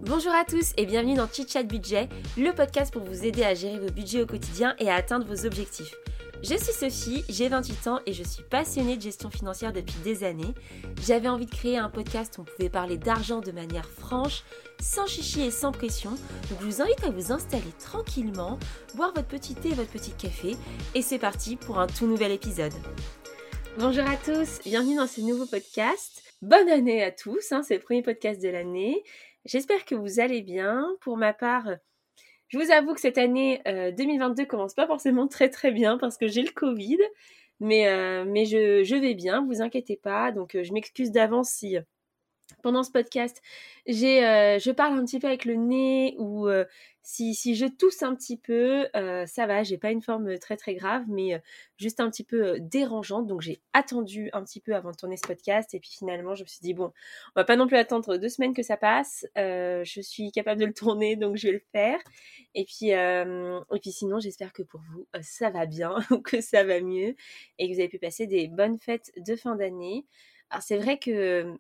Bonjour à tous et bienvenue dans Chit Chat Budget, le podcast pour vous aider à gérer vos budgets au quotidien et à atteindre vos objectifs. Je suis Sophie, j'ai 28 ans et je suis passionnée de gestion financière depuis des années. J'avais envie de créer un podcast où on pouvait parler d'argent de manière franche, sans chichi et sans pression. Donc je vous invite à vous installer tranquillement, boire votre petit thé et votre petit café et c'est parti pour un tout nouvel épisode. Bonjour à tous, bienvenue dans ce nouveau podcast. Bonne année à tous, c'est le premier podcast de l'année. J'espère que vous allez bien. Pour ma part, je vous avoue que cette année 2022 commence pas forcément très très bien parce que j'ai le Covid, mais je vais bien, vous inquiétez pas. Donc je m'excuse d'avance si pendant ce podcast je parle un petit peu avec le nez ou si je tousse un petit peu, ça va, j'ai pas une forme très très grave, mais juste un petit peu dérangeante. Donc j'ai attendu un petit peu avant de tourner ce podcast et puis finalement je me suis dit bon, on va pas non plus attendre 2 semaines que ça passe. Je suis capable de le tourner, donc je vais le faire. Et puis sinon j'espère que pour vous ça va bien ou que ça va mieux et que vous avez pu passer des bonnes fêtes de fin d'année. Alors c'est vrai que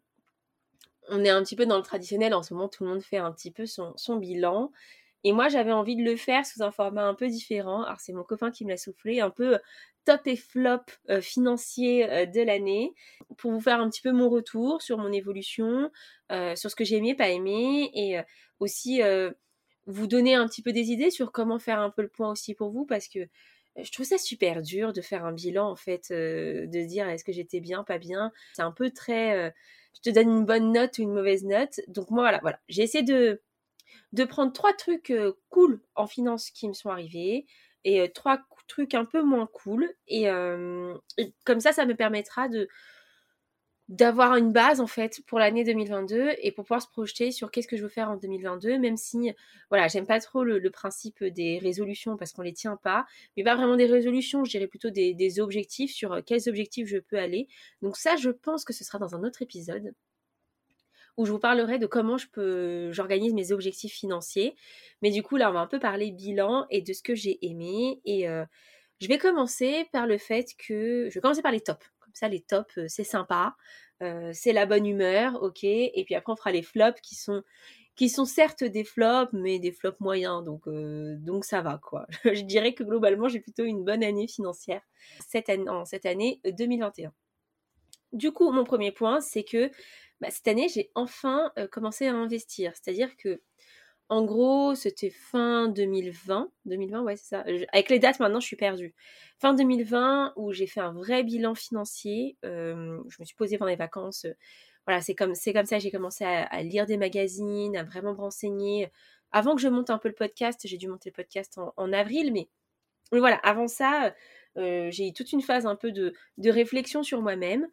on est un petit peu dans le traditionnel en ce moment, tout le monde fait un petit peu son bilan. Et moi, j'avais envie de le faire sous un format un peu différent. Alors, c'est mon copain qui me l'a soufflé, un peu top et flop financier de l'année, pour vous faire un petit peu mon retour sur mon évolution, sur ce que j'ai aimé, pas aimé, et aussi vous donner un petit peu des idées sur comment faire un peu le point aussi pour vous, parce que je trouve ça super dur de faire un bilan, en fait, de se dire est-ce que j'étais bien, pas bien. C'est un peu très je te donne une bonne note ou une mauvaise note. Donc moi, voilà. J'ai essayé de prendre 3 trucs cool en finance qui me sont arrivés et 3 trucs un peu moins cool. Et comme ça me permettra d'avoir une base en fait pour l'année 2022 et pour pouvoir se projeter sur qu'est-ce que je veux faire en 2022, même si voilà, j'aime pas trop le principe des résolutions parce qu'on les tient pas, mais pas vraiment des résolutions, je dirais plutôt des objectifs sur quels objectifs je peux aller. Donc ça, je pense que ce sera dans un autre épisode où je vous parlerai de comment j'organise mes objectifs financiers. Mais du coup, là, on va un peu parler bilan et de ce que j'ai aimé. Et je vais commencer par le fait que... Je vais commencer par les tops. Comme ça, les tops, c'est sympa. C'est la bonne humeur, ok. Et puis après, on fera les flops qui sont certes des flops, mais des flops moyens. Donc ça va, quoi. Je dirais que globalement, j'ai plutôt une bonne année financière en cette année 2021. Du coup, mon premier point, c'est que cette année, j'ai enfin commencé à investir. C'est-à-dire que, en gros, c'était fin 2020. 2020, ouais, c'est ça. Avec les dates, maintenant, je suis perdue. Fin 2020, où j'ai fait un vrai bilan financier. Je me suis posée pendant les vacances. Voilà, c'est comme ça que j'ai commencé à lire des magazines, à vraiment me renseigner. Avant que je monte un peu le podcast, j'ai dû monter le podcast en avril, mais voilà, avant ça, j'ai eu toute une phase un peu de réflexion sur moi-même.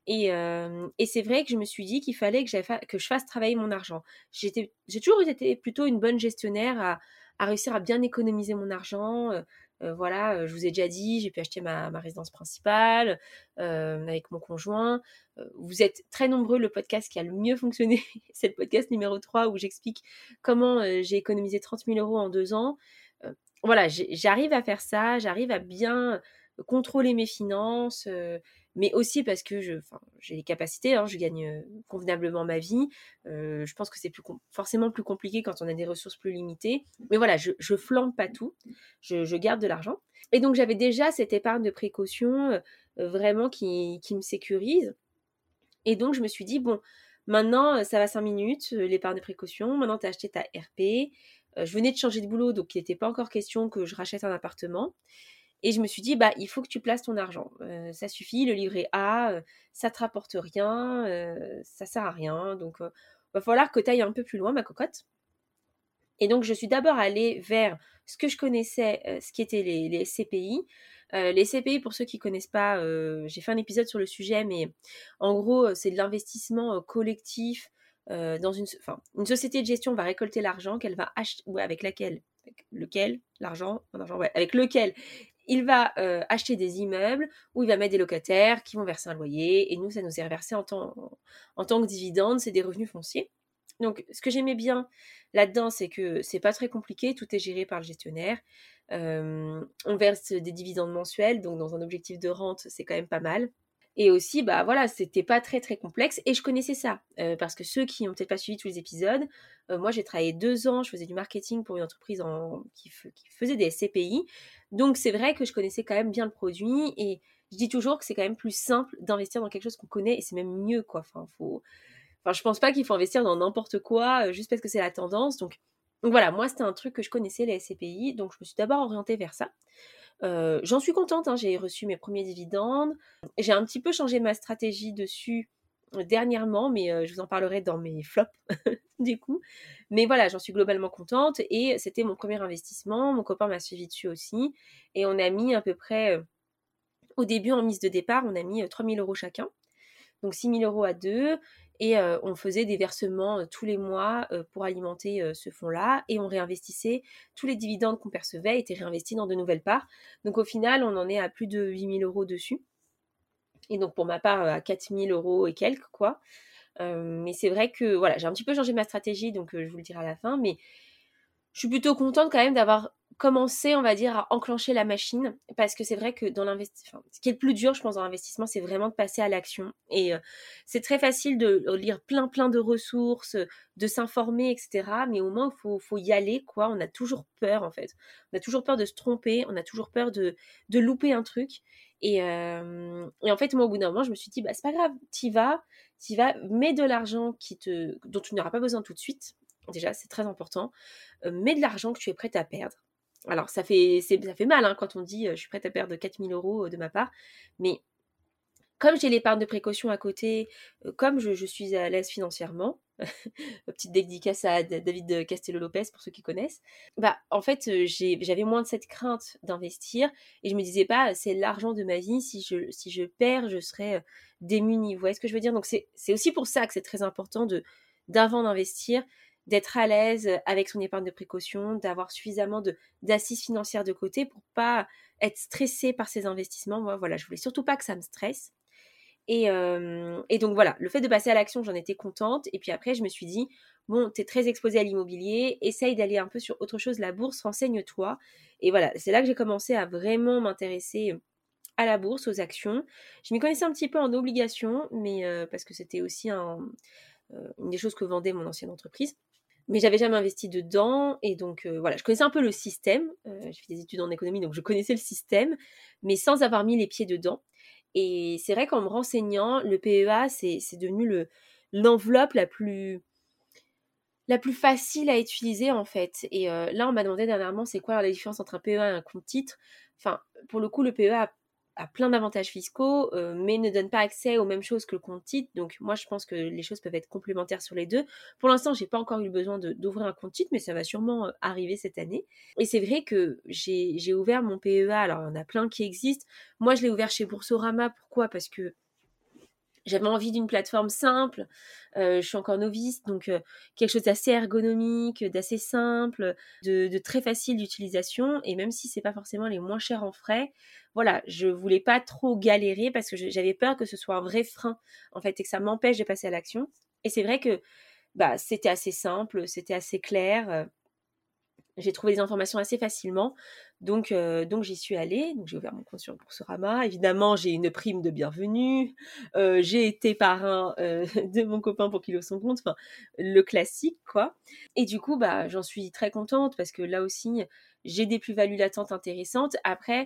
Et c'est vrai que je me suis dit qu'il fallait que je fasse travailler mon argent. J'ai toujours été plutôt une bonne gestionnaire à réussir à bien économiser mon argent. Voilà, je vous ai déjà dit, j'ai pu acheter ma résidence principale avec mon conjoint. Vous êtes très nombreux, le podcast qui a le mieux fonctionné, c'est le podcast numéro 3 où j'explique comment j'ai économisé 30 000 € en 2 ans. Voilà, j'arrive à faire ça, j'arrive à bien contrôler mes finances, mais aussi parce que j'ai les capacités, je gagne convenablement ma vie. Je pense que c'est forcément plus compliqué quand on a des ressources plus limitées. Mais voilà, je flambe pas tout, je garde de l'argent. Et donc j'avais déjà cette épargne de précaution vraiment qui me sécurise. Et donc je me suis dit, bon, maintenant ça va 5 minutes, l'épargne de précaution, maintenant tu as acheté ta RP. Je venais de changer de boulot, donc il n'était pas encore question que je rachète un appartement. Et je me suis dit, il faut que tu places ton argent. Ça suffit, le livret A, ça te rapporte rien, ça sert à rien. Donc, va falloir que tu ailles un peu plus loin, ma cocotte. Et donc, je suis d'abord allée vers ce que je connaissais, ce qui étaient les SCPI. Les SCPI, pour ceux qui ne connaissent pas, j'ai fait un épisode sur le sujet, mais en gros, c'est de l'investissement collectif dans une société de gestion va récolter l'argent qu'elle va acheter, ou avec lequel il va acheter des immeubles où il va mettre des locataires qui vont verser un loyer et nous, ça nous est reversé en tant que dividende, c'est des revenus fonciers. Donc, ce que j'aimais bien là-dedans, c'est que c'est pas très compliqué, tout est géré par le gestionnaire. On verse des dividendes mensuels, donc dans un objectif de rente, c'est quand même pas mal. Et aussi, bah voilà, c'était pas très très complexe et je connaissais ça. Parce que ceux qui ont peut-être pas suivi tous les épisodes, moi j'ai travaillé 2 ans, je faisais du marketing pour une entreprise qui faisait des SCPI. Donc c'est vrai que je connaissais quand même bien le produit et je dis toujours que c'est quand même plus simple d'investir dans quelque chose qu'on connaît et c'est même mieux quoi. Enfin, je pense pas qu'il faut investir dans n'importe quoi juste parce que c'est la tendance. Donc voilà, moi c'était un truc que je connaissais les SCPI, donc je me suis d'abord orientée vers ça. J'en suis contente, hein, j'ai reçu mes premiers dividendes. J'ai un petit peu changé ma stratégie dessus dernièrement, mais je vous en parlerai dans mes flops du coup. Mais voilà, j'en suis globalement contente et c'était mon premier investissement. Mon copain m'a suivi dessus aussi et on a mis à peu près, au début en mise de départ, on a mis 3 000 € chacun. Donc 6 000 € à deux et on faisait des versements tous les mois pour alimenter ce fonds-là et on réinvestissait tous les dividendes qu'on percevait étaient réinvestis dans de nouvelles parts. Donc au final, on en est à plus de 8 000 € dessus. Et donc pour ma part, à 4 000 € et quelques, quoi. Mais c'est vrai que voilà, j'ai un petit peu changé ma stratégie, donc je vous le dirai à la fin. Mais je suis plutôt contente quand même d'avoir commencé, on va dire, à enclencher la machine. Parce que c'est vrai que dans l'investissement, ce qui est le plus dur, je pense, dans l'investissement, c'est vraiment de passer à l'action. Et c'est très facile de lire plein de ressources, de s'informer, etc. Mais au moins, faut y aller, quoi. On a toujours peur, en fait. On a toujours peur de se tromper. On a toujours peur de louper un truc. Et en fait, moi, au bout d'un moment, je me suis dit, bah, c'est pas grave, t'y vas, mets de l'argent dont tu n'auras pas besoin tout de suite. Déjà, c'est très important. Mets de l'argent que tu es prête à perdre. Alors, ça fait mal hein, quand on dit je suis prête à perdre 4 000 € de ma part. Mais comme j'ai l'épargne de précaution à côté, comme je suis à l'aise financièrement, petite dédicace à David Castello-Lopez pour ceux qui connaissent, bah en fait j'avais moins de cette crainte d'investir et je me disais pas c'est l'argent de ma vie, si je perds je serai démunie. Vous voyez ce que je veux dire? Donc c'est aussi pour ça que c'est très important d'avant d'investir, d'être à l'aise avec son épargne de précaution, d'avoir suffisamment d'assises financières de côté pour pas être stressé par ses investissements. Moi voilà, je voulais surtout pas que ça me stresse. Et donc voilà, le fait de passer à l'action, j'en étais contente. Et puis après, je me suis dit, bon, t'es très exposé à l'immobilier, essaye d'aller un peu sur autre chose, la bourse, renseigne-toi. Et voilà, c'est là que j'ai commencé à vraiment m'intéresser à la bourse, aux actions. Je m'y connaissais un petit peu en obligation, mais parce que c'était aussi une des choses que vendait mon ancienne entreprise. Mais j'avais jamais investi dedans, et donc voilà, je connaissais un peu le système. J'ai fait des études en économie, donc je connaissais le système, mais sans avoir mis les pieds dedans. Et c'est vrai qu'en me renseignant, le PEA, c'est devenu l'enveloppe la plus facile à utiliser en fait. Et là, on m'a demandé dernièrement, c'est quoi la différence entre un PEA et un compte titre. Enfin, pour le coup, le PEA a plein d'avantages fiscaux, mais ne donne pas accès aux mêmes choses que le compte titre. Donc moi, je pense que les choses peuvent être complémentaires sur les deux. Pour l'instant, j'ai pas encore eu besoin d'ouvrir un compte titre, mais ça va sûrement arriver cette année. Et c'est vrai que j'ai ouvert mon PEA. Alors, il y en a plein qui existent. Moi, je l'ai ouvert chez Boursorama. Pourquoi? Parce que j'avais envie d'une plateforme simple, je suis encore novice, donc quelque chose d'assez ergonomique, d'assez simple, de très facile d'utilisation. Et même si c'est pas forcément les moins chers en frais, voilà, je voulais pas trop galérer parce que j'avais peur que ce soit un vrai frein en fait et que ça m'empêche de passer à l'action. Et c'est vrai que bah c'était assez simple, c'était assez clair. J'ai trouvé des informations assez facilement, donc j'y suis allée. Donc j'ai ouvert mon compte sur Boursorama. Évidemment, j'ai une prime de bienvenue. J'ai été parrain de mon copain pour qu'il ouvre son compte. Enfin, le classique, quoi. Et du coup, bah, j'en suis très contente parce que là aussi, j'ai des plus-values latentes intéressantes. Après,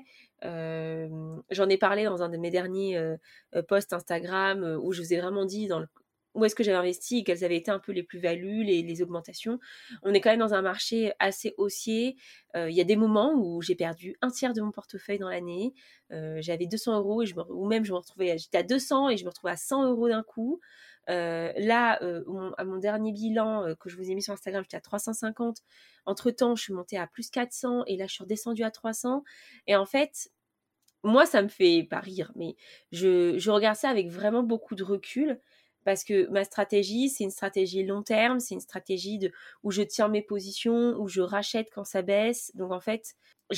j'en ai parlé dans un de mes derniers posts Instagram où je vous ai vraiment dit où est-ce que j'avais investi et quelles avaient été un peu les plus-values, les augmentations. On est quand même dans un marché assez haussier. Il y a des moments où j'ai perdu un tiers de mon portefeuille dans l'année. J'avais 200 € ou même je me retrouvais, j'étais à 200 et je me retrouvais à 100 € d'un coup. Là, à mon dernier bilan que je vous ai mis sur Instagram, j'étais à 350. Entre-temps, je suis montée à plus 400 et là, je suis redescendue à 300. Et en fait, moi, ça me fait pas rire, mais je regarde ça avec vraiment beaucoup de recul parce que ma stratégie, c'est une stratégie long terme, c'est une stratégie où je tiens mes positions, où je rachète quand ça baisse. Donc en fait,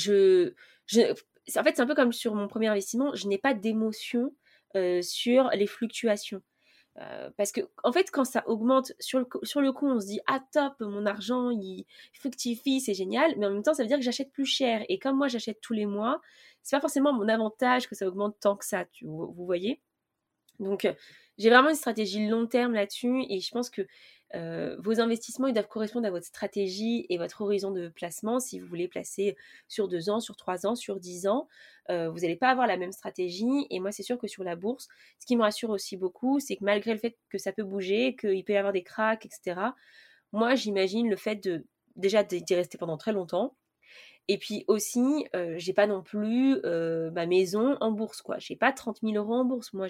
en fait, c'est un peu comme sur mon premier investissement, je n'ai pas d'émotion sur les fluctuations. Parce que en fait, quand ça augmente sur le coup, on se dit ah top, mon argent il fructifie, c'est génial. Mais en même temps, ça veut dire que j'achète plus cher. Et comme moi, j'achète tous les mois, c'est pas forcément mon avantage que ça augmente tant que ça. Vous voyez. Donc, j'ai vraiment une stratégie long terme là-dessus et je pense que vos investissements, ils doivent correspondre à votre stratégie et votre horizon de placement. Si vous voulez placer sur 2 ans, sur 3 ans, sur 10 ans, vous n'allez pas avoir la même stratégie. Et moi, c'est sûr que sur la bourse, ce qui me rassure aussi beaucoup, c'est que malgré le fait que ça peut bouger, qu'il peut y avoir des cracks, etc., moi, j'imagine le fait déjà d'y rester pendant très longtemps. Et puis aussi, j'ai pas non plus ma maison en bourse, quoi. J'ai pas 30 000 € en bourse. Moi,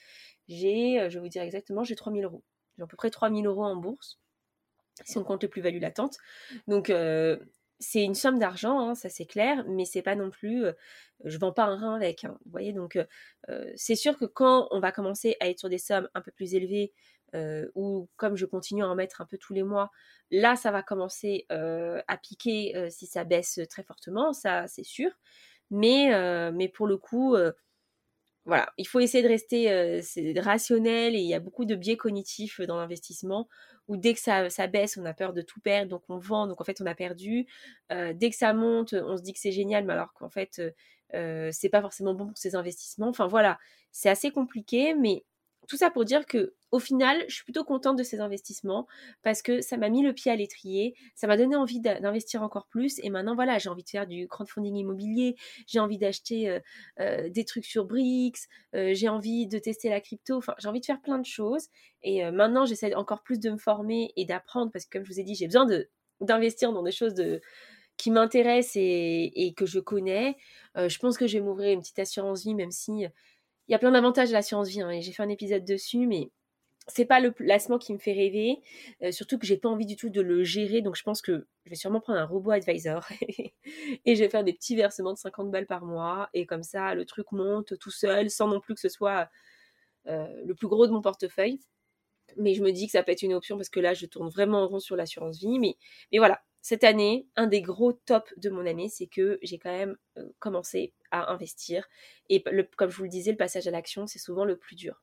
je vais vous dire exactement, j'ai 3 000 €. J'ai à peu près 3 000 € en bourse, si on compte les plus-values latentes. Donc, c'est une somme d'argent, hein, ça c'est clair, mais c'est pas non plus, je vends pas un rein avec, hein, vous voyez. Donc, c'est sûr que quand on va commencer à être sur des sommes un peu plus élevées, ou comme je continue à en mettre un peu tous les mois, là, ça va commencer à piquer si ça baisse très fortement, ça c'est sûr. Mais pour le coup, voilà, il faut essayer de rester rationnel et il y a beaucoup de biais cognitifs dans l'investissement où dès que ça baisse, on a peur de tout perdre, donc on vend, donc en fait on a perdu. Dès que ça monte, on se dit que c'est génial, mais alors qu'en fait c'est pas forcément bon pour ses investissements. Enfin voilà, c'est assez compliqué, mais tout ça pour dire que au final, je suis plutôt contente de ces investissements parce que ça m'a mis le pied à l'étrier, ça m'a donné envie d'investir encore plus et maintenant voilà, j'ai envie de faire du crowdfunding immobilier, j'ai envie d'acheter des trucs sur Brix, j'ai envie de tester la crypto, enfin j'ai envie de faire plein de choses et maintenant j'essaie encore plus de me former et d'apprendre parce que comme je vous ai dit j'ai besoin d'investir dans des choses qui m'intéressent et que je connais. Je pense que je vais m'ouvrir une petite assurance vie même si il y a plein d'avantages à l'assurance vie hein, et j'ai fait un épisode dessus mais c'est pas le placement qui me fait rêver, surtout que j'ai pas envie du tout de le gérer, donc je pense que je vais sûrement prendre un robot advisor et je vais faire des petits versements de 50 balles par mois et comme ça le truc monte tout seul sans non plus que ce soit le plus gros de mon portefeuille. Mais je me dis que ça peut être une option parce que là je tourne vraiment en rond sur l'assurance vie. Mais voilà, cette année, un des gros tops de mon année, c'est que j'ai quand même commencé à investir. Et comme je vous le disais, le passage à l'action, c'est souvent le plus dur.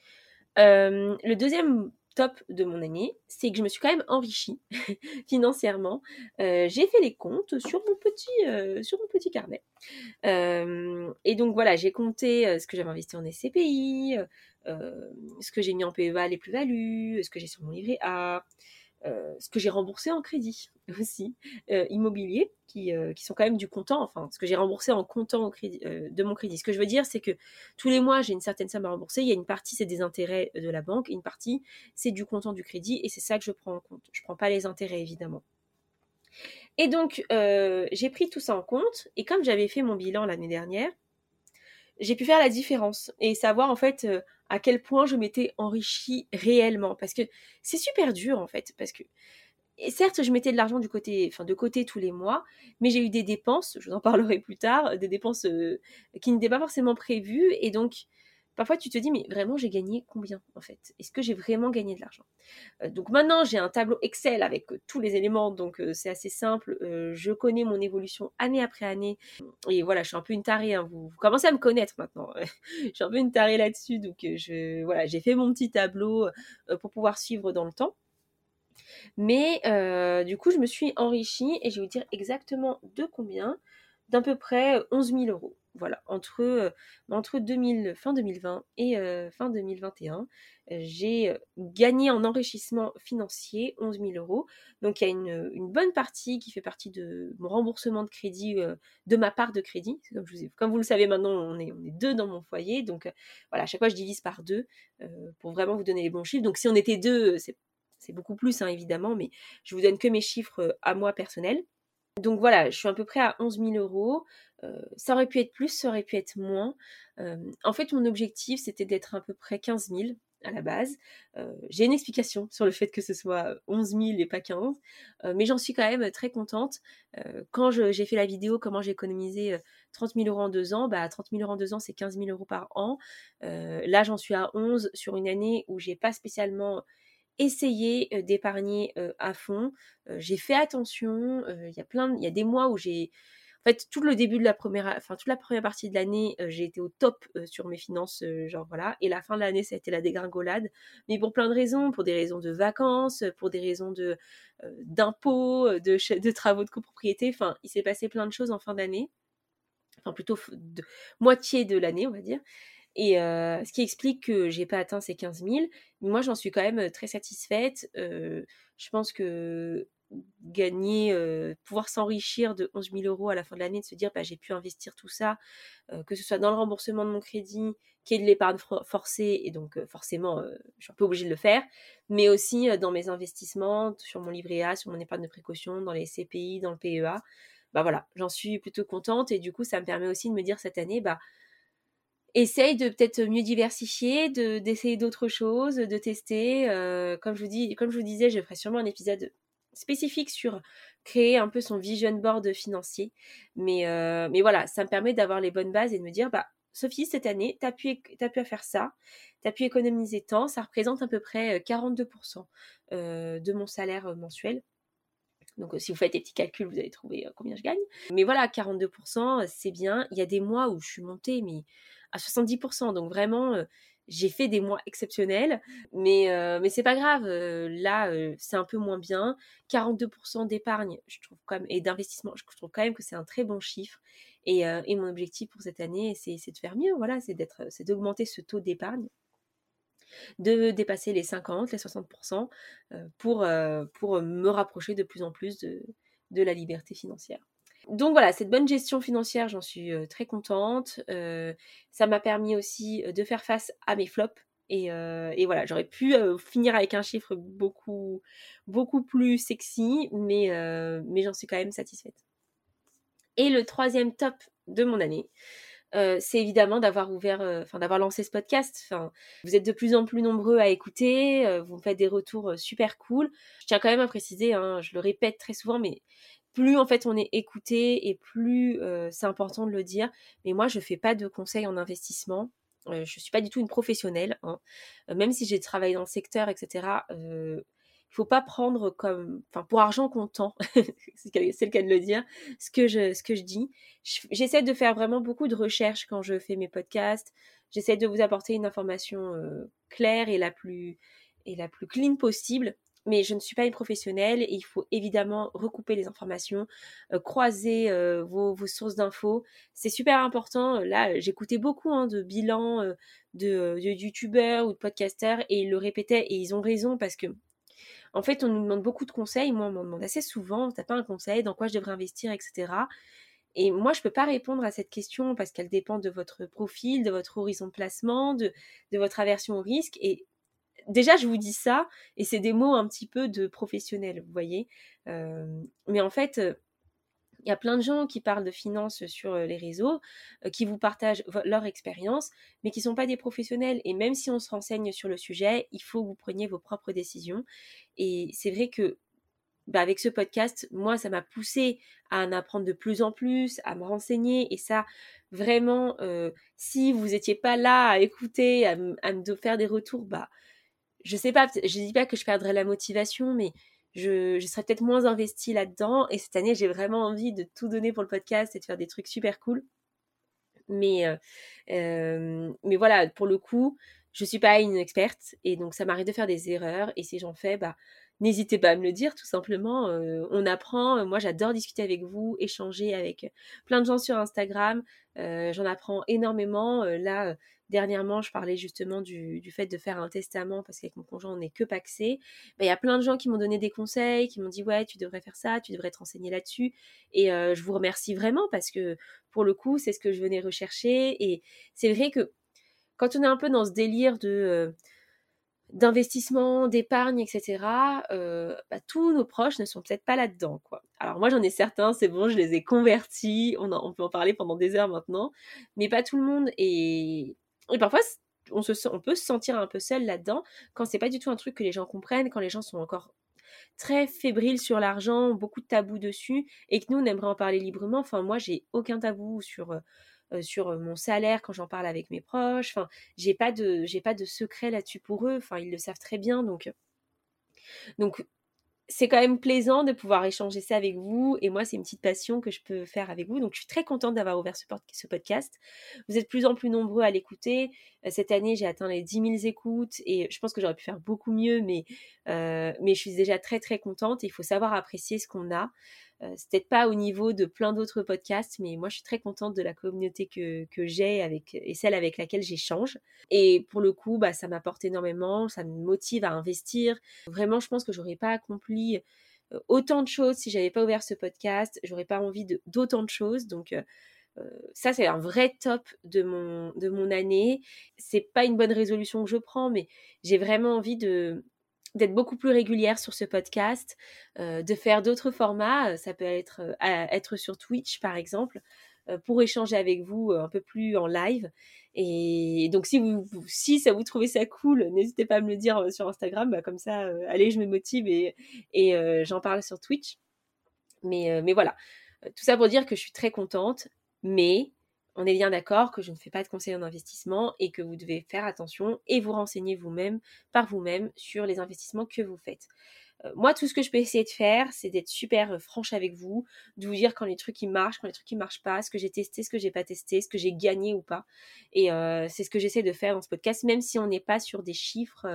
Le deuxième top de mon année, c'est que je me suis quand même enrichie financièrement. J'ai fait les comptes sur mon petit carnet. Et donc voilà, j'ai compté ce que j'avais investi en SCPI, ce que j'ai mis en PEA, les plus-values, ce que j'ai sur mon livret A, ce que j'ai remboursé en crédit aussi, immobilier, qui sont quand même du comptant, enfin, ce que j'ai remboursé en comptant au crédit, de mon crédit. Ce que je veux dire, c'est que tous les mois, j'ai une certaine somme à rembourser. Il y a une partie, c'est des intérêts de la banque, et une partie, c'est du comptant du crédit, et c'est ça que je prends en compte. Je ne prends pas les intérêts, évidemment. Et donc, j'ai pris tout ça en compte, et comme j'avais fait mon bilan l'année dernière, j'ai pu faire la différence et savoir en fait à quel point je m'étais enrichie réellement. Parce que c'est super dur en fait, parce que et certes, je mettais de l'argent de côté tous les mois, mais j'ai eu des dépenses, je vous en parlerai plus tard, des dépenses qui n'étaient pas forcément prévues. Et donc, parfois, tu te dis, mais vraiment, j'ai gagné combien en fait? Est-ce que j'ai vraiment gagné de l'argent? Donc maintenant, j'ai un tableau Excel avec tous les éléments, donc c'est assez simple. Je connais mon évolution année après année. Et voilà, je suis un peu une tarée, hein, vous commencez à me connaître maintenant. Je suis un peu une tarée là-dessus, donc voilà, j'ai fait mon petit tableau pour pouvoir suivre dans le temps. Mais du coup, je me suis enrichie et je vais vous dire exactement de combien, d'à peu près 11 000 euros. Voilà, entre 2000, fin 2020 et fin 2021, j'ai gagné en enrichissement financier 11 000 euros. Donc il y a une bonne partie qui fait partie de mon remboursement de crédit, de ma part de crédit. Comme vous le savez maintenant, on est deux dans mon foyer. Donc voilà, à chaque fois je divise par deux pour vraiment vous donner les bons chiffres. Donc si on était deux, c'est beaucoup plus hein, évidemment, mais je vous donne que mes chiffres à moi personnels. Donc voilà, je suis à peu près à 11 000 euros. Ça aurait pu être plus, ça aurait pu être moins. En fait, mon objectif, c'était d'être à peu près 15 000 à la base. J'ai une explication sur le fait que ce soit 11 000 et pas 15, mais j'en suis quand même très contente. Quand j'ai fait la vidéo comment j'ai économisé 30 000 euros en 2 ans, bah 30 000 euros en 2 ans, c'est 15 000 euros par an. Là, j'en suis à 11 sur une année où j'ai pas spécialement essayé d'épargner à fond. J'ai fait attention. Il y a des mois où en fait, tout le début de toute la première partie de l'année, j'ai été au top sur mes finances, genre voilà. Et la fin de l'année, ça a été la dégringolade. Mais pour plein de raisons, pour des raisons de vacances, pour des raisons d'impôts, de travaux de copropriété. Enfin, il s'est passé plein de choses en fin d'année. Enfin, plutôt de moitié de l'année, on va dire. Et ce qui explique que j'ai pas atteint ces 15 000. Mais moi, j'en suis quand même très satisfaite. Je pense que gagner, pouvoir s'enrichir de 11 000 euros à la fin de l'année, de se dire j'ai pu investir tout ça, que ce soit dans le remboursement de mon crédit, qui est de l'épargne forcée, et donc forcément, je suis un peu obligée de le faire, mais aussi dans mes investissements, sur mon livret A, sur mon épargne de précaution, dans les CPI, dans le PEA. Voilà, j'en suis plutôt contente, et du coup, ça me permet aussi de me dire cette année, essaye de peut-être mieux diversifier, d'essayer d'autres choses, de tester. Comme je vous disais, je ferai sûrement un épisode spécifique sur créer un peu son vision board financier. Mais voilà, ça me permet d'avoir les bonnes bases et de me dire, Sophie, cette année, t'as pu faire ça, t'as pu économiser tant, ça représente à peu près 42% de mon salaire mensuel. Donc si vous faites des petits calculs, vous allez trouver combien je gagne. Mais voilà, 42%, c'est bien. Il y a des mois où je suis montée à 70%. Donc vraiment, j'ai fait des mois exceptionnels. Mais c'est pas grave. Là, c'est un peu moins bien. 42% d'épargne, je trouve quand même, et d'investissement, je trouve quand même que c'est un très bon chiffre. Et mon objectif pour cette année, c'est de faire mieux. Voilà, c'est d'augmenter ce taux d'épargne, de dépasser les 50, les 60%, pour me rapprocher de plus en plus de la liberté financière. Donc voilà, cette bonne gestion financière, j'en suis très contente. Ça m'a permis aussi de faire face à mes flops. Et voilà, j'aurais pu finir avec un chiffre beaucoup, beaucoup plus sexy, mais j'en suis quand même satisfaite. Et le troisième top de mon année, c'est évidemment d'avoir d'avoir lancé ce podcast. Vous êtes de plus en plus nombreux à écouter, vous me faites des retours super cool. Je tiens quand même à préciser, je le répète très souvent, mais plus en fait on est écouté et plus c'est important de le dire. Mais moi, je fais pas de conseils en investissement. Je suis pas du tout une professionnelle, même si j'ai travaillé dans le secteur, etc. Il faut pas prendre pour argent comptant, c'est le cas de le dire, ce que je dis. J'essaie de faire vraiment beaucoup de recherches quand je fais mes podcasts. J'essaie de vous apporter une information claire et la plus clean possible. Mais je ne suis pas une professionnelle, et il faut évidemment recouper les informations, croiser vos sources d'infos. C'est super important. Là, j'écoutais beaucoup de bilans de youtubeurs ou de podcasteurs, et ils le répétaient, et ils ont raison, parce que en fait, on nous demande beaucoup de conseils. Moi, on m'en demande assez souvent, t'as pas un conseil, dans quoi je devrais investir, etc. Et moi, je peux pas répondre à cette question, parce qu'elle dépend de votre profil, de votre horizon de placement, de votre aversion au risque. Et déjà, je vous dis ça, et c'est des mots un petit peu de professionnels, vous voyez. Mais en fait, il y a plein de gens qui parlent de finances sur les réseaux, qui vous partagent leur expérience, mais qui ne sont pas des professionnels. Et même si on se renseigne sur le sujet, il faut que vous preniez vos propres décisions. Et c'est vrai que avec ce podcast, moi, ça m'a poussée à en apprendre de plus en plus, à me renseigner. Et ça, vraiment, si vous n'étiez pas là à écouter, à me faire des retours, je sais pas, je dis pas que je perdrais la motivation, mais je serais peut-être moins investie là-dedans. Et cette année, j'ai vraiment envie de tout donner pour le podcast et de faire des trucs super cool. Mais voilà, pour le coup, je suis pas une experte, et donc ça m'arrive de faire des erreurs. Et si j'en fais, n'hésitez pas à me le dire, tout simplement. On apprend. Moi, j'adore discuter avec vous, échanger avec plein de gens sur Instagram. J'en apprends énormément. Là, dernièrement, je parlais justement du fait de faire un testament, parce qu'avec mon conjoint, on n'est que pacsé. Il y a plein de gens qui m'ont donné des conseils, qui m'ont dit ouais, tu devrais faire ça, tu devrais te renseigner là-dessus. Et je vous remercie vraiment, parce que pour le coup, c'est ce que je venais rechercher. Et c'est vrai que quand on est un peu dans ce délire d'investissement, d'épargne, etc., tous nos proches ne sont peut-être pas là-dedans, quoi. Alors moi, j'en ai certains, c'est bon, je les ai convertis, on peut en parler pendant des heures maintenant, mais pas tout le monde. Et parfois, on peut se sentir un peu seul là-dedans, quand c'est pas du tout un truc que les gens comprennent, quand les gens sont encore très fébriles sur l'argent, beaucoup de tabous dessus, et que nous, on aimerait en parler librement. Enfin, moi, j'ai aucun tabou sur mon salaire quand j'en parle avec mes proches. Enfin, j'ai pas de secret là-dessus pour eux. Enfin, ils le savent très bien. Donc c'est quand même plaisant de pouvoir échanger ça avec vous. Et moi, c'est une petite passion que je peux faire avec vous. Donc, je suis très contente d'avoir ouvert ce podcast. Vous êtes de plus en plus nombreux à l'écouter. Cette année, j'ai atteint les 10 000 écoutes, et je pense que j'aurais pu faire beaucoup mieux, mais je suis déjà très, très contente. Il faut savoir apprécier ce qu'on a. C'est peut-être pas au niveau de plein d'autres podcasts, mais moi je suis très contente de la communauté que j'ai et celle avec laquelle j'échange. Et pour le coup, ça m'apporte énormément, ça me motive à investir. Vraiment, je pense que j'aurais pas accompli autant de choses si j'avais pas ouvert ce podcast. J'aurais pas envie d'autant de choses. Donc ça, c'est un vrai top de mon année. C'est pas une bonne résolution que je prends, mais j'ai vraiment envie d'être beaucoup plus régulière sur ce podcast, de faire d'autres formats. Ça peut être sur Twitch, par exemple, pour échanger avec vous un peu plus en live. Et donc, si ça vous trouvez ça cool, n'hésitez pas à me le dire sur Instagram. Comme ça, allez, je me motive et j'en parle sur Twitch. Mais voilà, tout ça pour dire que je suis très contente, mais on est bien d'accord que je ne fais pas de conseils en investissement et que vous devez faire attention et vous renseigner par vous-même sur les investissements que vous faites. Moi, tout ce que je peux essayer de faire, c'est d'être super franche avec vous, de vous dire quand les trucs ils marchent, quand les trucs ils marchent pas, ce que j'ai testé, ce que j'ai pas testé, ce que j'ai gagné ou pas. Et c'est ce que j'essaie de faire dans ce podcast, même si on n'est pas sur des chiffres.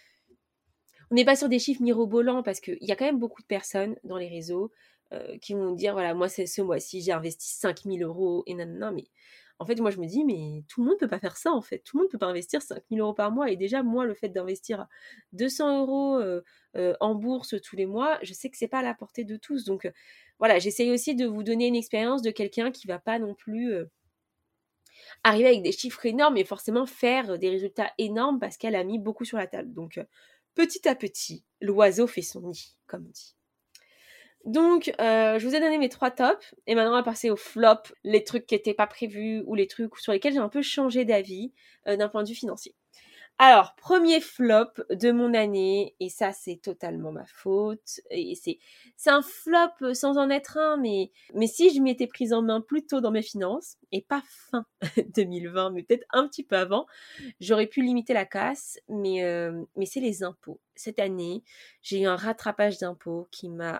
On n'est pas sur des chiffres mirobolants parce qu'il y a quand même beaucoup de personnes dans les réseaux qui vont dire voilà, moi, c'est ce mois-ci, j'ai investi 5 000 € et non, mais en fait, moi, je me dis, mais tout le monde peut pas faire ça, en fait. Tout le monde peut pas investir 5 000 € par mois. Et déjà, moi, le fait d'investir 200 € en bourse tous les mois, je sais que c'est pas à la portée de tous. Donc, voilà, j'essaye aussi de vous donner une expérience de quelqu'un qui va pas non plus arriver avec des chiffres énormes et forcément faire des résultats énormes parce qu'elle a mis beaucoup sur la table. Donc, petit à petit, l'oiseau fait son nid, comme on dit. Donc, je vous ai donné mes 3 tops. Et maintenant, on va passer au flop, les trucs qui n'étaient pas prévus ou les trucs sur lesquels j'ai un peu changé d'avis d'un point de vue financier. Alors, premier flop de mon année, et ça, c'est totalement ma faute. Et c'est un flop sans en être un, mais si je m'étais prise en main plus tôt dans mes finances, et pas fin 2020, mais peut-être un petit peu avant, j'aurais pu limiter la casse, mais c'est les impôts. Cette année, j'ai eu un rattrapage d'impôts qui m'a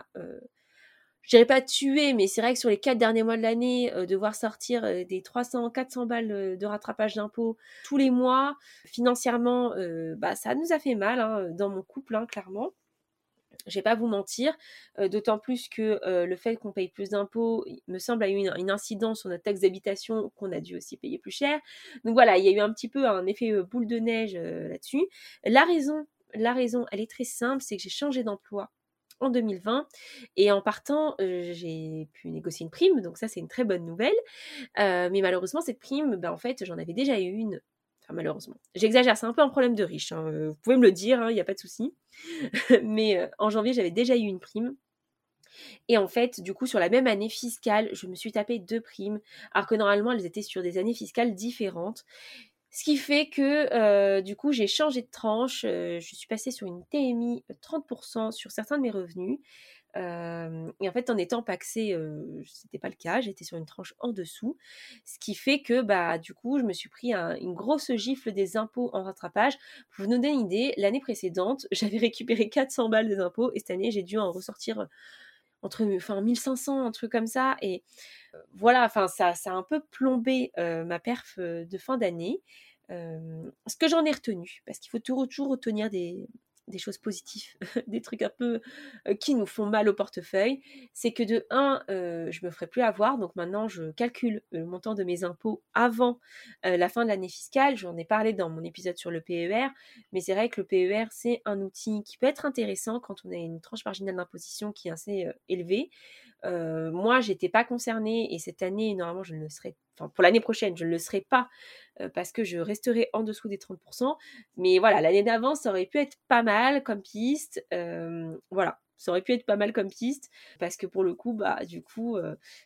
je dirais pas tué, mais c'est vrai que sur les 4 derniers mois de l'année, devoir sortir des 300-400 balles de rattrapage d'impôts tous les mois, financièrement, ça nous a fait mal dans mon couple, clairement. Je vais pas vous mentir, d'autant plus que le fait qu'on paye plus d'impôts, il me semble, a eu une incidence sur notre taxe d'habitation qu'on a dû aussi payer plus cher. Donc voilà, il y a eu un petit peu un effet boule de neige là-dessus. La raison, elle est très simple, c'est que j'ai changé d'emploi en 2020 et en partant, j'ai pu négocier une prime, donc ça c'est une très bonne nouvelle. Mais malheureusement cette prime, en fait j'en avais déjà eu une. Enfin malheureusement, j'exagère, c'est un peu un problème de riche, vous pouvez me le dire, il n'y a pas de souci. Mais en janvier j'avais déjà eu une prime. Et en fait, du coup, sur la même année fiscale, je me suis tapé 2 primes, alors que normalement, elles étaient sur des années fiscales différentes. Ce qui fait que, du coup, j'ai changé de tranche. Je suis passée sur une TMI 30% sur certains de mes revenus. Et en fait, en étant paxée, c'était pas le cas. J'étais sur une tranche en dessous. Ce qui fait que, du coup, je me suis pris une grosse gifle des impôts en rattrapage. Pour vous donner une idée, l'année précédente, j'avais récupéré 400 balles des impôts et cette année, j'ai dû en ressortir entre 1500, un truc comme ça. Et voilà, ça a un peu plombé ma perf de fin d'année. Ce que j'en ai retenu, parce qu'il faut toujours retenir des choses positives, des trucs un peu qui nous font mal au portefeuille, c'est que de un, je me ferai plus avoir, donc maintenant je calcule le montant de mes impôts avant la fin de l'année fiscale. J'en ai parlé dans mon épisode sur le PER, mais c'est vrai que le PER c'est un outil qui peut être intéressant quand on a une tranche marginale d'imposition qui est assez élevée. Moi, j'étais pas concernée et cette année, normalement, je ne le serai, enfin pour l'année prochaine, je ne le serai pas parce que je resterai en dessous des 30%. Mais voilà, l'année d'avant, ça aurait pu être pas mal comme piste. Voilà, ça aurait pu être pas mal comme piste parce que pour le coup, du coup,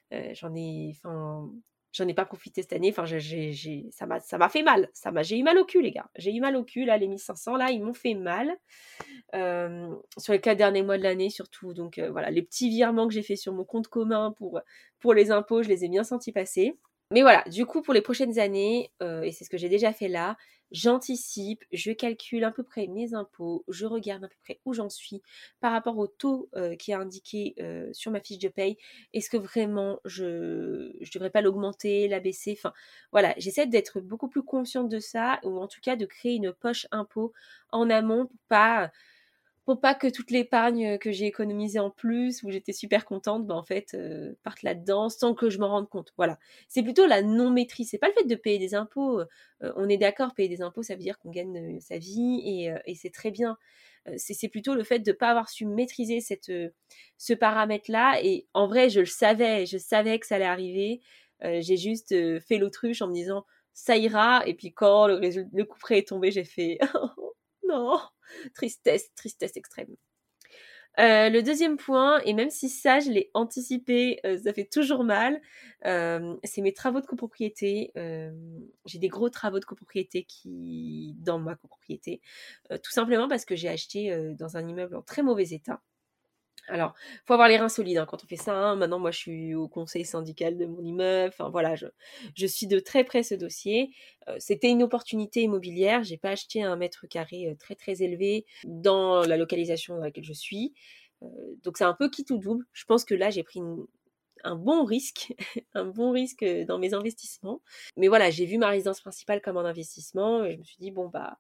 j'en ai pas profité cette année. Enfin, ça m'a fait mal. J'ai eu mal au cul, les gars. J'ai eu mal au cul, là, les 1500, là, ils m'ont fait mal. Sur les 4 derniers mois de l'année, surtout. Donc, voilà, les petits virements que j'ai fait sur mon compte commun pour les impôts, je les ai bien sentis passer. Mais voilà, du coup, pour les prochaines années, et c'est ce que j'ai déjà fait là, j'anticipe, je calcule à peu près mes impôts, je regarde à peu près où j'en suis par rapport au taux qui est indiqué sur ma fiche de paye. Est-ce que vraiment je devrais pas l'augmenter, la baisser? Enfin, voilà, j'essaie d'être beaucoup plus consciente de ça, ou en tout cas de créer une poche impôt en amont pour pas que toute l'épargne que j'ai économisée en plus, où j'étais super contente, en fait, parte là-dedans sans que je m'en rende compte. Voilà. C'est plutôt la non-maîtrise. C'est pas le fait de payer des impôts. On est d'accord, payer des impôts, ça veut dire qu'on gagne sa vie et c'est très bien. C'est plutôt le fait de pas avoir su maîtriser ce paramètre-là. Et en vrai, je savais que ça allait arriver. J'ai juste fait l'autruche en me disant ça ira. Et puis quand le coup près est tombé, j'ai fait non, tristesse, tristesse extrême. Le deuxième point, et même si ça, je l'ai anticipé, ça fait toujours mal, c'est mes travaux de copropriété. J'ai des gros travaux de copropriété dans ma copropriété, tout simplement parce que j'ai acheté dans un immeuble en très mauvais état. Alors, faut avoir les reins solides hein, quand on fait ça. Hein. Maintenant, moi, je suis au conseil syndical de mon immeuble. Enfin, voilà, je suis de très près ce dossier. C'était une opportunité immobilière. J'ai pas acheté un mètre carré très très élevé dans la localisation dans laquelle je suis. Donc, c'est un peu qui tout double. Je pense que là, j'ai pris un bon risque, un bon risque dans mes investissements. Mais voilà, j'ai vu ma résidence principale comme un investissement et je me suis dit bon bah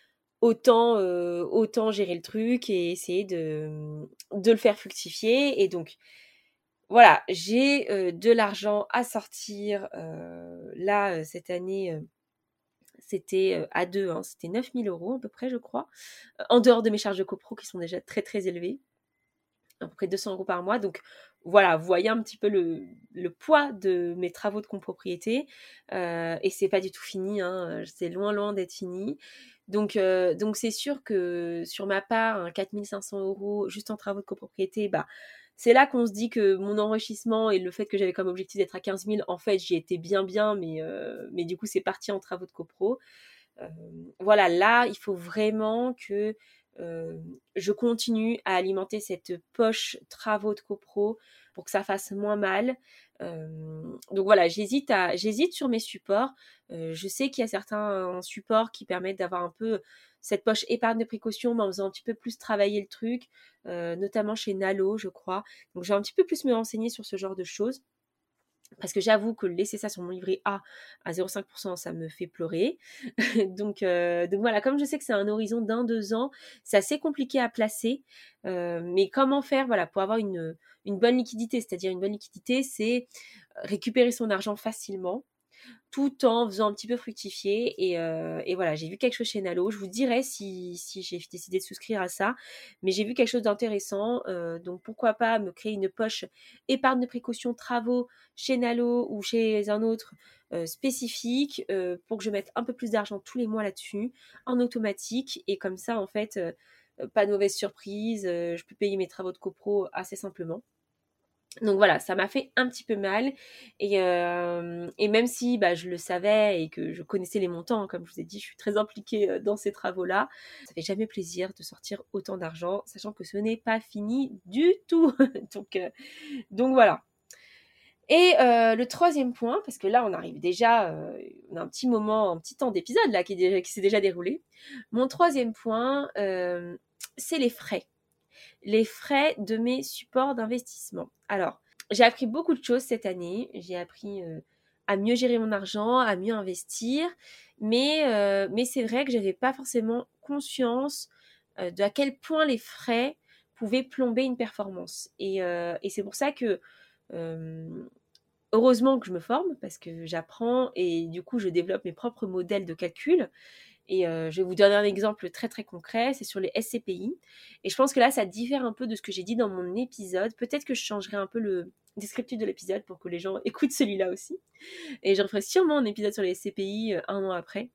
autant gérer le truc et essayer de le faire fructifier. Et donc, voilà, j'ai de l'argent à sortir. Là, cette année, c'était à deux, hein, c'était 9 000 € à peu près, je crois. En dehors de mes charges de copro qui sont déjà très très élevées, à peu près 200 € par mois. Donc voilà, vous voyez un petit peu le poids de mes travaux de copropriété. Et c'est pas du tout fini, hein, c'est loin loin d'être fini. Donc c'est sûr que sur ma part, hein, 4 500 € juste en travaux de copropriété, bah c'est là qu'on se dit que mon enrichissement et le fait que j'avais comme objectif d'être à 15 000, en fait j'y étais bien, mais du coup c'est parti en travaux de copro. Voilà, là, il faut vraiment que je continue à alimenter cette poche travaux de copro pour que ça fasse moins mal. Donc voilà, j'hésite sur mes supports. Je sais qu'il y a certains supports qui permettent d'avoir un peu cette poche épargne de précaution, mais en faisant un petit peu plus travailler le truc, notamment chez Nalo, je crois. Donc je vais un petit peu plus me renseigner sur ce genre de choses. Parce que j'avoue que laisser ça sur mon livret A à 0,5%, ça me fait pleurer. donc voilà, comme je sais que c'est un horizon d'1-2 ans, c'est assez compliqué à placer. Mais comment faire voilà, pour avoir une bonne liquidité? C'est-à-dire une bonne liquidité, c'est récupérer son argent facilement, tout en faisant un petit peu fructifier. Et voilà, j'ai vu quelque chose chez Nalo. Je vous dirai si j'ai décidé de souscrire à ça. Mais j'ai vu quelque chose d'intéressant. Donc pourquoi pas me créer une poche épargne de précaution travaux chez Nalo ou chez un autre spécifique pour que je mette un peu plus d'argent tous les mois là-dessus en automatique. Et comme ça, en fait, pas de mauvaise surprise. Je peux payer mes travaux de copro assez simplement. Donc voilà, ça m'a fait un petit peu mal. Et même si bah, je le savais et que je connaissais les montants, hein, comme je vous ai dit, je suis très impliquée dans ces travaux-là. Ça fait jamais plaisir de sortir autant d'argent, sachant que ce n'est pas fini du tout. donc voilà. Et le troisième point, parce que là on arrive déjà, on a un petit moment, un petit temps d'épisode là qui s'est déjà déroulé. Mon troisième point, c'est les frais. Les frais de mes supports d'investissement. Alors, j'ai appris beaucoup de choses cette année. J'ai appris à mieux gérer mon argent, à mieux investir. Mais c'est vrai que j'avais pas forcément conscience de à quel point les frais pouvaient plomber une performance. Et c'est pour ça que heureusement que je me forme parce que j'apprends et du coup je développe mes propres modèles de calcul. Et je vais vous donner un exemple très très concret, c'est sur les SCPI. Et je pense que là, ça diffère un peu de ce que j'ai dit dans mon épisode. Peut-être que je changerai un peu le descriptif de l'épisode pour que les gens écoutent celui-là aussi. Et j'en ferai sûrement un épisode sur les SCPI un an après.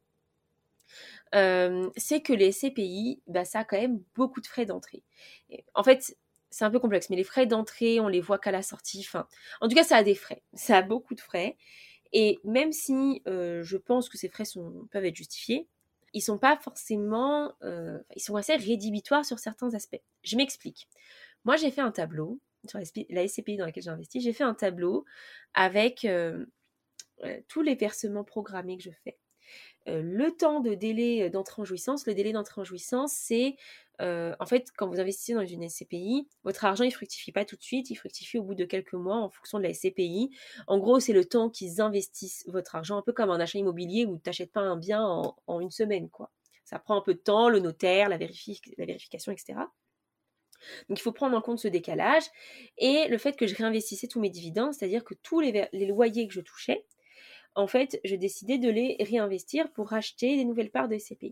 C'est que les SCPI, bah, ça a quand même beaucoup de frais d'entrée. Et en fait, c'est un peu complexe, mais les frais d'entrée, on les voit qu'à la sortie. Enfin, en tout cas, ça a des frais. Ça a beaucoup de frais. Et même si je pense que ces frais peuvent être justifiés, ils sont pas forcément, ils sont assez rédhibitoires sur certains aspects. Je m'explique. Moi, j'ai fait un tableau sur la SCPI dans laquelle j'ai investi. J'ai fait un tableau avec tous les versements programmés que je fais. Le temps de délai d'entrée en jouissance. Le délai d'entrée en jouissance, c'est en fait, quand vous investissez dans une SCPI, votre argent, il fructifie pas tout de suite, il fructifie au bout de quelques mois en fonction de la SCPI. En gros, c'est le temps qu'ils investissent votre argent, un peu comme un achat immobilier où tu n'achètes pas un bien en une semaine, quoi. Ça prend un peu de temps, le notaire, la vérification, etc. Donc il faut prendre en compte ce décalage et le fait que je réinvestissais tous mes dividendes, c'est-à-dire que tous les loyers que je touchais, en fait, je décidais de les réinvestir pour racheter des nouvelles parts de SCPI.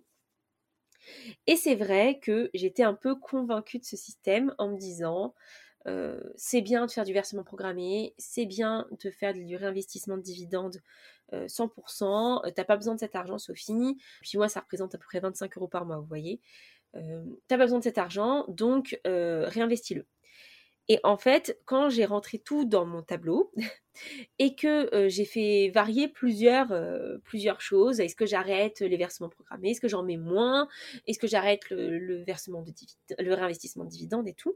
Et c'est vrai que j'étais un peu convaincue de ce système en me disant c'est bien de faire du versement programmé, c'est bien de faire du réinvestissement de dividendes 100%, t'as pas besoin de cet argent Sophie, puis moi ça représente à peu près 25 euros par mois, vous voyez, t'as pas besoin de cet argent, donc réinvestis-le. Et en fait, quand j'ai rentré tout dans mon tableau et que j'ai fait varier plusieurs choses, est-ce que j'arrête les versements programmés, est-ce que j'en mets moins, est-ce que j'arrête le versement de le réinvestissement de dividendes et tout,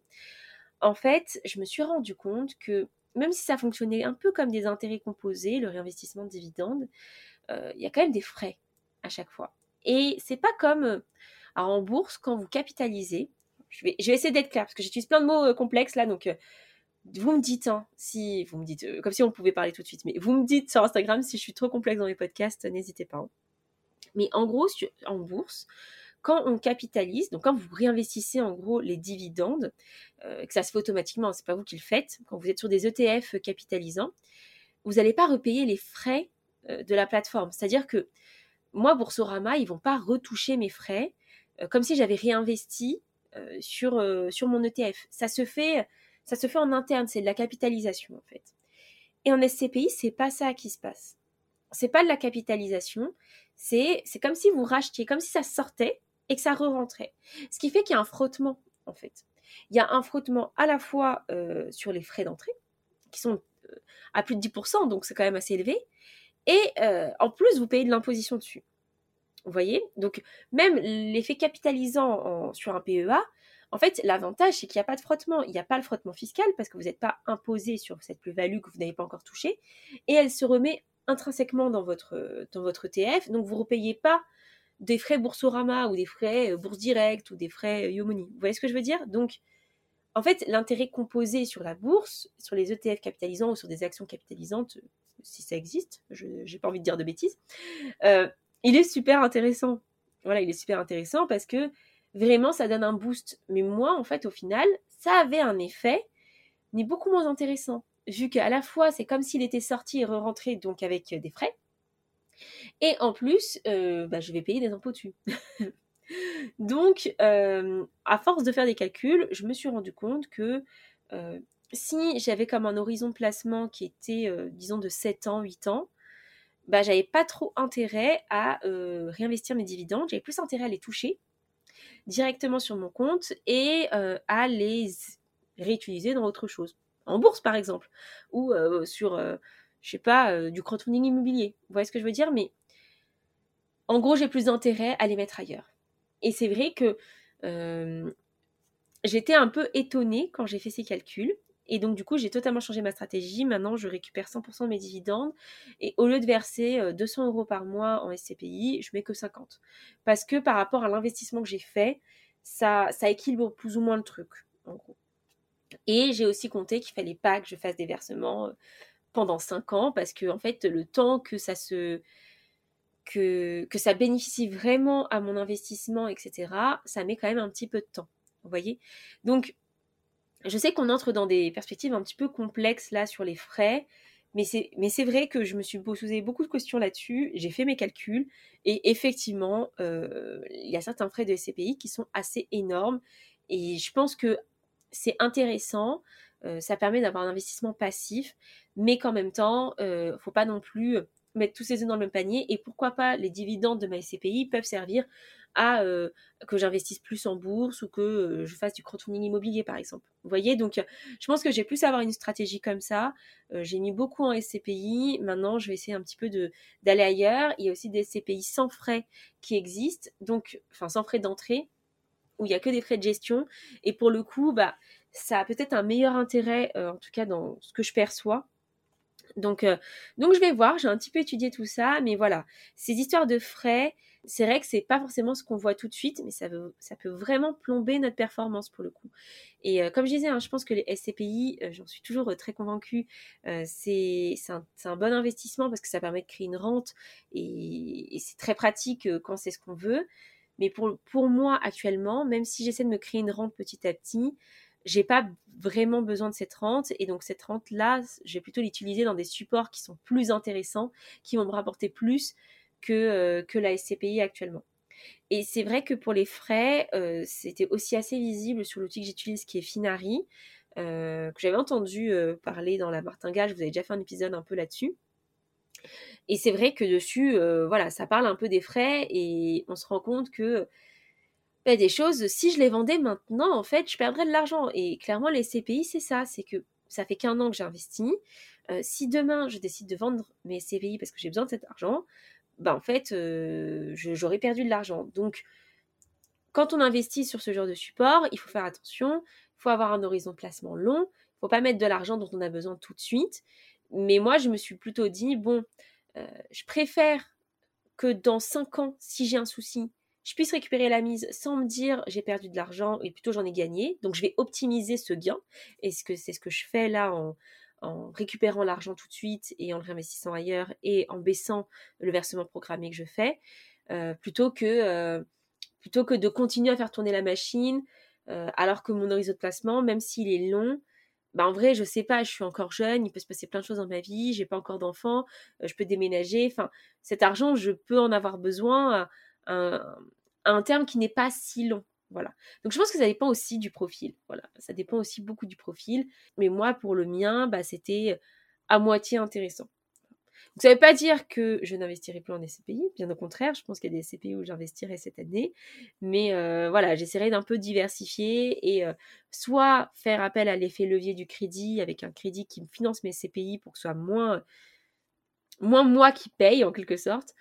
en fait, je me suis rendu compte que même si ça fonctionnait un peu comme des intérêts composés, le réinvestissement de dividendes, il y a quand même des frais à chaque fois. Et c'est pas comme alors en bourse, quand vous capitalisez, je vais essayer d'être claire parce que j'utilise plein de mots complexes là, donc vous me dites, si vous me dites, comme si on pouvait parler tout de suite, mais vous me dites sur Instagram si je suis trop complexe dans mes podcasts, n'hésitez pas. Mais en gros, en bourse, quand on capitalise, donc quand vous réinvestissez en gros les dividendes, que ça se fait automatiquement, c'est pas vous qui le faites, quand vous êtes sur des ETF capitalisants, vous n'allez pas repayer les frais de la plateforme. C'est-à-dire que moi, Boursorama, ils vont pas retoucher mes frais comme si j'avais réinvesti sur mon ETF. Ça se fait en interne, c'est de la capitalisation en fait. Et en SCPI, c'est pas ça qui se passe. C'est pas de la capitalisation, c'est comme si vous rachetiez, comme si ça sortait et que ça re-rentrait. Ce qui fait qu'il y a un frottement en fait. Il y a un frottement à la fois sur les frais d'entrée, qui sont à plus de 10%, donc c'est quand même assez élevé, et en plus vous payez de l'imposition dessus. Vous voyez? Donc même l'effet capitalisant sur un PEA, en fait, l'avantage, c'est qu'il n'y a pas de frottement. Il n'y a pas le frottement fiscal parce que vous n'êtes pas imposé sur cette plus-value que vous n'avez pas encore touchée. Et elle se remet intrinsèquement dans votre ETF. Donc, vous ne repayez pas des frais Boursorama ou des frais Bourse Direct ou des frais Yomoni. Vous voyez ce que je veux dire? Donc, en fait, l'intérêt composé sur la bourse, sur les ETF capitalisants ou sur des actions capitalisantes, si ça existe, je n'ai pas envie de dire de bêtises, il est super intéressant. Voilà, il est super intéressant parce que vraiment, ça donne un boost. Mais moi, en fait, au final, ça avait un effet, mais beaucoup moins intéressant. Vu qu'à la fois, c'est comme s'il était sorti et re-rentré, donc avec des frais. Et en plus, je vais payer des impôts dessus. Donc, à force de faire des calculs, je me suis rendu compte que si j'avais comme un horizon de placement qui était, disons, de 7 ans, 8 ans, j'avais pas trop intérêt à réinvestir mes dividendes. J'avais plus intérêt à les toucher directement sur mon compte et à les réutiliser dans autre chose. En bourse, par exemple, ou sur, je sais pas, du crowdfunding immobilier. Vous voyez ce que je veux dire? Mais en gros, j'ai plus d'intérêt à les mettre ailleurs. Et c'est vrai que j'étais un peu étonnée quand j'ai fait ces calculs. Et donc, du coup, j'ai totalement changé ma stratégie. Maintenant, je récupère 100% de mes dividendes. Et au lieu de verser 200 euros par mois en SCPI, je mets que 50. Parce que par rapport à l'investissement que j'ai fait, ça équilibre plus ou moins le truc, en gros. Et j'ai aussi compté qu'il fallait pas que je fasse des versements pendant 5 ans. Parce que, en fait, le temps que ça bénéficie vraiment à mon investissement, etc., ça met quand même un petit peu de temps. Vous voyez? Donc, je sais qu'on entre dans des perspectives un petit peu complexes là sur les frais, mais c'est vrai que je me suis posé beaucoup de questions là-dessus, j'ai fait mes calculs, et effectivement, il y a certains frais de SCPI qui sont assez énormes, et je pense que c'est intéressant, ça permet d'avoir un investissement passif, mais qu'en même temps, faut pas non plus mettre tous ses œufs dans le même panier, et pourquoi pas les dividendes de ma SCPI peuvent servir à que j'investisse plus en bourse ou que je fasse du crowdfunding immobilier par exemple. Vous voyez, donc je pense que j'ai plus à avoir une stratégie comme ça. J'ai mis beaucoup en SCPI, maintenant je vais essayer un petit peu d'aller ailleurs. Il y a aussi des SCPI sans frais qui existent, donc enfin sans frais d'entrée, où il n'y a que des frais de gestion, et pour le coup, ça a peut-être un meilleur intérêt, en tout cas dans ce que je perçois. Donc je vais voir, j'ai un petit peu étudié tout ça, mais voilà, ces histoires de frais, c'est vrai que c'est pas forcément ce qu'on voit tout de suite, mais ça peut vraiment plomber notre performance pour le coup. Et comme je disais, je pense que les SCPI, j'en suis toujours très convaincue, c'est un bon investissement parce que ça permet de créer une rente, et c'est très pratique quand c'est ce qu'on veut. Mais pour moi actuellement, même si j'essaie de me créer une rente petit à petit, j'ai pas vraiment besoin de cette rente, et donc cette rente-là, je vais plutôt l'utiliser dans des supports qui sont plus intéressants, qui vont me rapporter plus que la SCPI actuellement. Et c'est vrai que pour les frais, c'était aussi assez visible sur l'outil que j'utilise qui est Finari, que j'avais entendu parler dans la martingale, je vous avais déjà fait un épisode un peu là-dessus. Et c'est vrai que dessus, voilà, ça parle un peu des frais et on se rend compte que des choses, si je les vendais maintenant, en fait, je perdrais de l'argent. Et clairement, les CPI, c'est ça, c'est que ça fait qu'1 an que j'ai investi. Si demain, je décide de vendre mes CPI parce que j'ai besoin de cet argent, bah en fait, j'aurais perdu de l'argent. Donc, quand on investit sur ce genre de support, il faut faire attention, il faut avoir un horizon de placement long, il ne faut pas mettre de l'argent dont on a besoin tout de suite. Mais moi, je me suis plutôt dit, bon, je préfère que dans 5 ans, si j'ai un souci, je puisse récupérer la mise sans me dire j'ai perdu de l'argent et plutôt j'en ai gagné. Donc je vais optimiser ce gain. Et c'est ce que je fais là en récupérant l'argent tout de suite et en le réinvestissant ailleurs et en baissant le versement programmé que je fais, plutôt que de continuer à faire tourner la machine, alors que mon horizon de placement, même s'il est long, bah en vrai, je sais pas, je suis encore jeune, il peut se passer plein de choses dans ma vie, j'ai pas encore d'enfants, je peux déménager, enfin, cet argent, je peux en avoir besoin à un terme qui n'est pas si long. Voilà. Donc je pense que ça dépend aussi du profil. Voilà. Ça dépend aussi beaucoup du profil. Mais moi, pour le mien, bah, c'était à moitié intéressant. Donc, ça ne veut pas dire que je n'investirai plus en SCPI, bien au contraire, je pense qu'il y a des SCPI où j'investirai cette année, mais voilà, j'essaierai d'un peu diversifier et soit faire appel à l'effet levier du crédit avec un crédit qui me finance mes SCPI pour que ce soit moins moi qui paye en quelque sorte,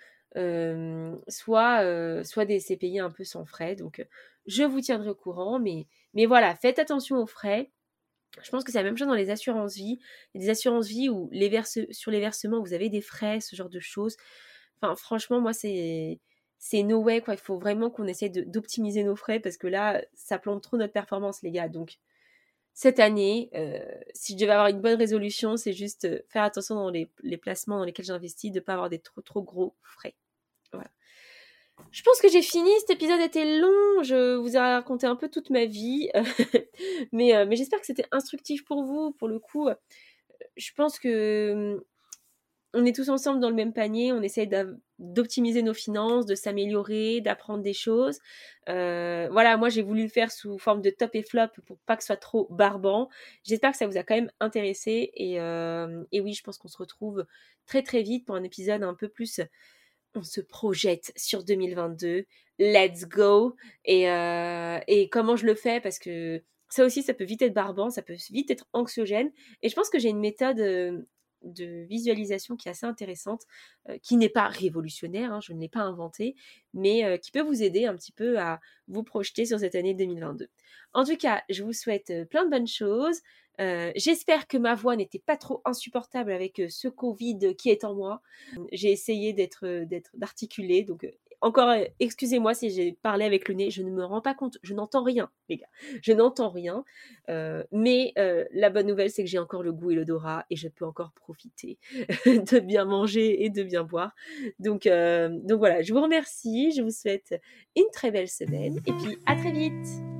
soit des SCPI un peu sans frais. Donc je vous tiendrai au courant, mais voilà, faites attention aux frais. Je pense que c'est la même chose dans les assurances vie. Il y a des assurances vie où sur les versements, vous avez des frais, ce genre de choses. Enfin, franchement, moi, c'est no way, quoi. Il faut vraiment qu'on essaie d'optimiser nos frais parce que là, ça plante trop notre performance, les gars. Donc, cette année, si je devais avoir une bonne résolution, c'est juste faire attention dans les placements dans lesquels j'investis, de ne pas avoir des trop gros frais. Voilà. Je pense que j'ai fini, cet épisode était long, je vous ai raconté un peu toute ma vie, mais j'espère que c'était instructif pour vous. Pour le coup, je pense que on est tous ensemble dans le même panier, on essaye d'optimiser nos finances, de s'améliorer, d'apprendre des choses. Voilà, moi j'ai voulu le faire sous forme de top et flop pour pas que ce soit trop barbant. J'espère que ça vous a quand même intéressé et oui, je pense qu'on se retrouve très très vite pour un épisode un peu plus on se projette sur 2022, let's go. Et comment je le fais, parce que ça aussi, ça peut vite être barbant, ça peut vite être anxiogène. Et je pense que j'ai une méthode de visualisation qui est assez intéressante, qui n'est pas révolutionnaire, hein, je ne l'ai pas inventée, mais qui peut vous aider un petit peu à vous projeter sur cette année 2022. En tout cas, je vous souhaite plein de bonnes choses. J'espère que ma voix n'était pas trop insupportable avec ce Covid qui est en moi. J'ai essayé d'articuler, donc encore excusez-moi si j'ai parlé avec le nez, je ne me rends pas compte, je n'entends rien, les gars, je n'entends rien, mais la bonne nouvelle, c'est que j'ai encore le goût et l'odorat et je peux encore profiter de bien manger et de bien boire. Donc voilà, je vous remercie, je vous souhaite une très belle semaine et puis à très vite.